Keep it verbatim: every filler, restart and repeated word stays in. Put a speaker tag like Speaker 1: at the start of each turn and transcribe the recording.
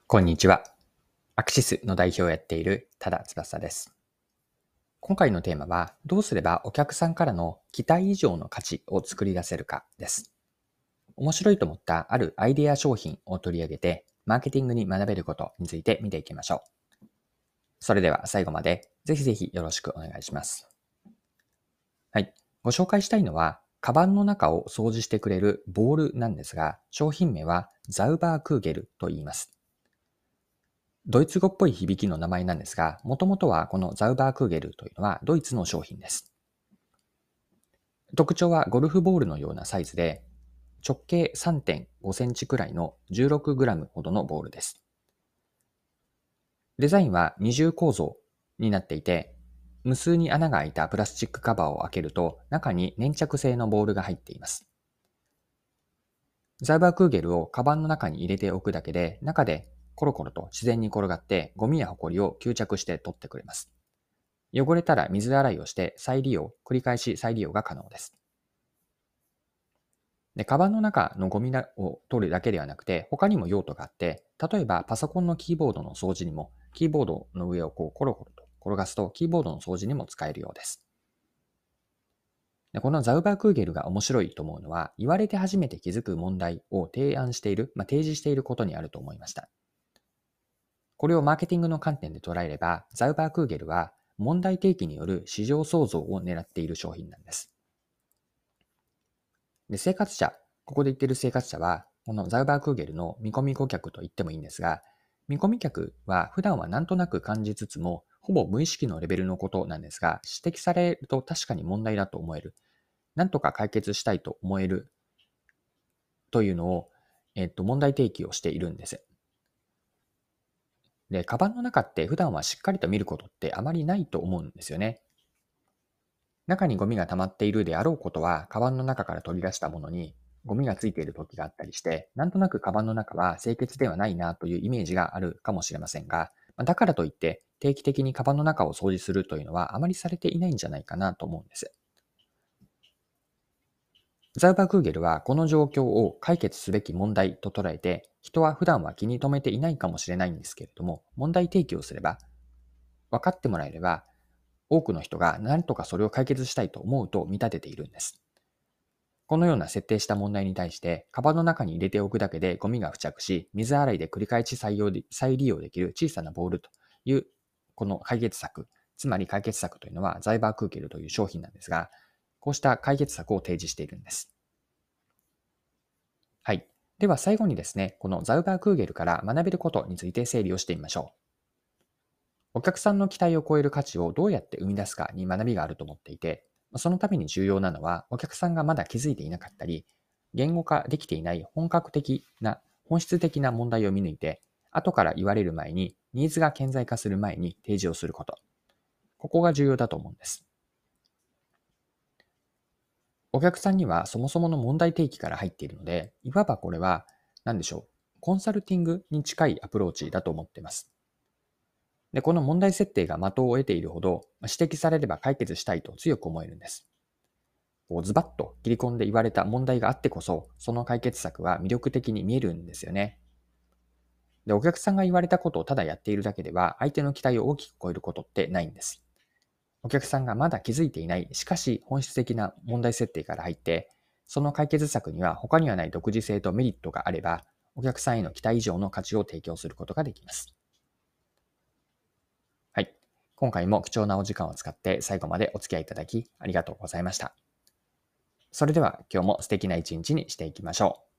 Speaker 1: こんにちは。アクシスの代表をやっている多田翼です。今回のテーマは、どうすればお客さんからの期待以上の価値を作り出せるかです。面白いと思ったあるアイデア商品を取り上げて、マーケティングに学べることについて見ていきましょう。それでは最後までぜひぜひよろしくお願いします。はい。ご紹介したいのは、カバンの中を掃除してくれるボールなんですが、商品名はザウバークーゲルと言います。ドイツ語っぽい響きの名前なんですが、もともとはこのザウバークーゲルというのはドイツの商品です。特徴はゴルフボールのようなサイズで、直径 さんてんごセンチくらいの じゅうろくグラム ほどのボールです。デザインは二重構造になっていて、無数に穴が開いたプラスチックカバーを開けると、中に粘着性のボールが入っています。ザウバークーゲルをカバンの中に入れておくだけで、中でコロコロと自然に転がってゴミやホコリを吸着して取ってくれます。汚れたら水洗いをして再利用、繰り返し再利用が可能です。で、カバンの中のゴミを取るだけではなくて、他にも用途があって、例えばパソコンのキーボードの掃除にも、キーボードの上をこうコロコロと転がすと、キーボードの掃除にも使えるようです。で、このザウバークーゲルが面白いと思うのは、言われて初めて気づく問題を提案している、まあ、提示していることにあると思いました。これをマーケティングの観点で捉えれば、ザウバークーゲルは問題提起による市場創造を狙っている商品なんです。で、生活者、ここで言っている生活者は、このザウバークーゲルの見込み顧客と言ってもいいんですが、見込み客は普段はなんとなく感じつつも、ほぼ無意識のレベルのことなんですが、指摘されると確かに問題だと思える。なんとか解決したいと思えるというのを、えっと、問題提起をしているんです。で、カバンの中って普段はしっかりと見ることってあまりないと思うんですよね。中にゴミが溜まっているであろうことは、カバンの中から取り出したものにゴミがついている時があったりして、なんとなくカバンの中は清潔ではないなというイメージがあるかもしれませんが、だからといって定期的にカバンの中を掃除するというのはあまりされていないんじゃないかなと思うんです。ザウバークーゲルはこの状況を解決すべき問題と捉えて、人は普段は気に留めていないかもしれないんですけれども、問題提起をすれば、分かってもらえれば、多くの人が何とかそれを解決したいと思うと見立てているんです。このような設定した問題に対して、カバンの中に入れておくだけでゴミが付着し、水洗いで繰り返し再用で再利用できる小さなボールという、この解決策、つまり解決策というのはザイバークーケルという商品なんですが、こうした解決策を提示しているんです。はい。では最後にですね、このザウバークーゲルから学べることについて整理をしてみましょう。お客さんの期待を超える価値をどうやって生み出すかに学びがあると思っていて、そのために重要なのは、お客さんがまだ気づいていなかったり、言語化できていない本格的な、本質的な問題を見抜いて、後から言われる前に、ニーズが顕在化する前に提示をすること。ここが重要だと思うんです。お客さんにはそもそもの問題提起から入っているので、いわばこれは、何でしょう、コンサルティングに近いアプローチだと思っています。で、この問題設定が的を得ているほど、指摘されれば解決したいと強く思えるんです。こうズバッと切り込んで言われた問題があってこそ、その解決策は魅力的に見えるんですよね。で、お客さんが言われたことをただやっているだけでは、相手の期待を大きく超えることってないんです。お客さんがまだ気づいていない、しかし本質的な問題設定から入って、その解決策には他にはない独自性とメリットがあれば、お客さんへの期待以上の価値を提供することができます。はい。今回も貴重なお時間を使って最後までお付き合いいただきありがとうございました。それでは今日も素敵な一日にしていきましょう。